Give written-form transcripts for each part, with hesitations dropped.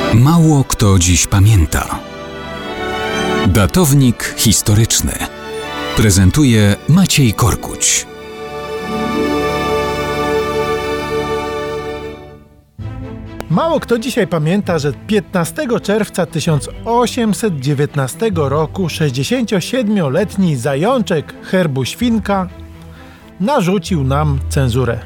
Mało kto dziś pamięta. Datownik historyczny prezentuje Maciej Korkuć. Mało kto dzisiaj pamięta, że 15 czerwca 1819 roku 67-letni zajączek herbu Świnka narzucił nam cenzurę.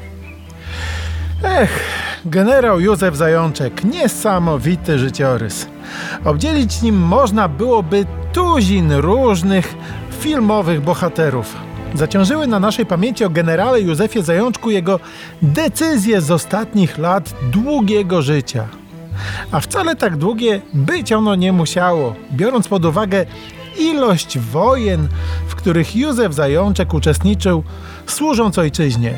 Generał Józef Zajączek, niesamowity życiorys. Obdzielić nim można byłoby tuzin różnych filmowych bohaterów. Zaciążyły na naszej pamięci o generale Józefie Zajączku jego decyzje z ostatnich lat długiego życia. A wcale tak długie być ono nie musiało, biorąc pod uwagę ilość wojen, w których Józef Zajączek uczestniczył, służąc ojczyźnie.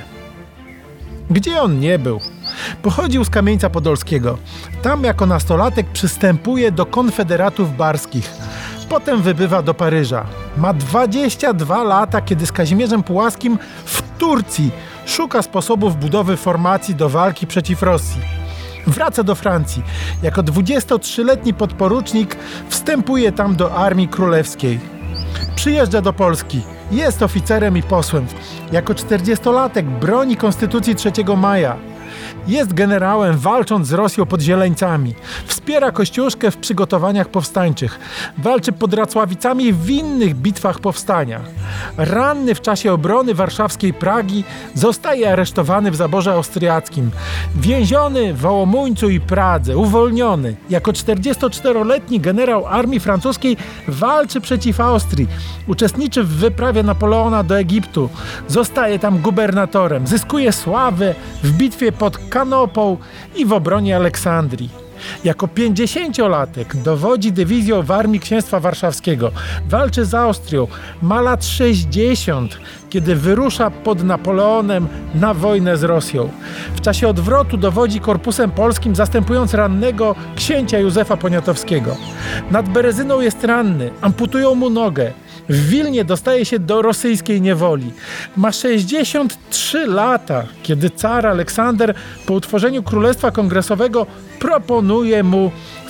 Gdzie on nie był? Pochodził z Kamieńca Podolskiego. Tam jako nastolatek przystępuje do konfederatów barskich. Potem wybywa do Paryża. Ma 22 lata, kiedy z Kazimierzem Puławskim w Turcji szuka sposobów budowy formacji do walki przeciw Rosji. Wraca do Francji. Jako 23-letni podporucznik wstępuje tam do Armii Królewskiej. Przyjeżdża do Polski. Jest oficerem i posłem. Jako 40-latek broni Konstytucji 3 maja. Jest generałem, walcząc z Rosją pod Zieleńcami. Wspiera Kościuszkę w przygotowaniach powstańczych. Walczy pod Racławicami w innych bitwach powstania. Ranny w czasie obrony warszawskiej Pragi zostaje aresztowany w zaborze austriackim. Więziony w Wołomuńcu i Pradze. Uwolniony. Jako 44-letni generał armii francuskiej walczy przeciw Austrii. Uczestniczy w wyprawie Napoleona do Egiptu. Zostaje tam gubernatorem. Zyskuje sławę w bitwie pod Kanopą i w obronie Aleksandrii. Jako 50-latek dowodzi dywizją w Armii Księstwa Warszawskiego. Walczy z Austrią. Ma lat 60, kiedy wyrusza pod Napoleonem na wojnę z Rosją. W czasie odwrotu dowodzi Korpusem Polskim, zastępując rannego księcia Józefa Poniatowskiego. Nad Berezyną jest ranny. Amputują mu nogę. W Wilnie dostaje się do rosyjskiej niewoli. Ma 63 lata, kiedy car Aleksander po utworzeniu Królestwa Kongresowego proponuje mu w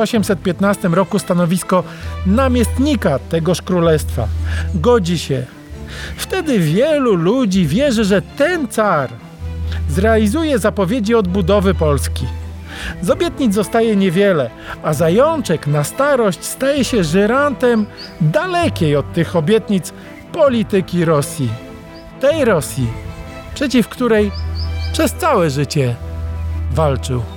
1815 roku stanowisko namiestnika tegoż królestwa. Godzi się. Wtedy wielu ludzi wierzy, że ten car zrealizuje zapowiedzi odbudowy Polski. Z obietnic zostaje niewiele, a Zajączek na starość staje się żyrantem dalekiej od tych obietnic polityki Rosji. Tej Rosji, przeciw której przez całe życie walczył.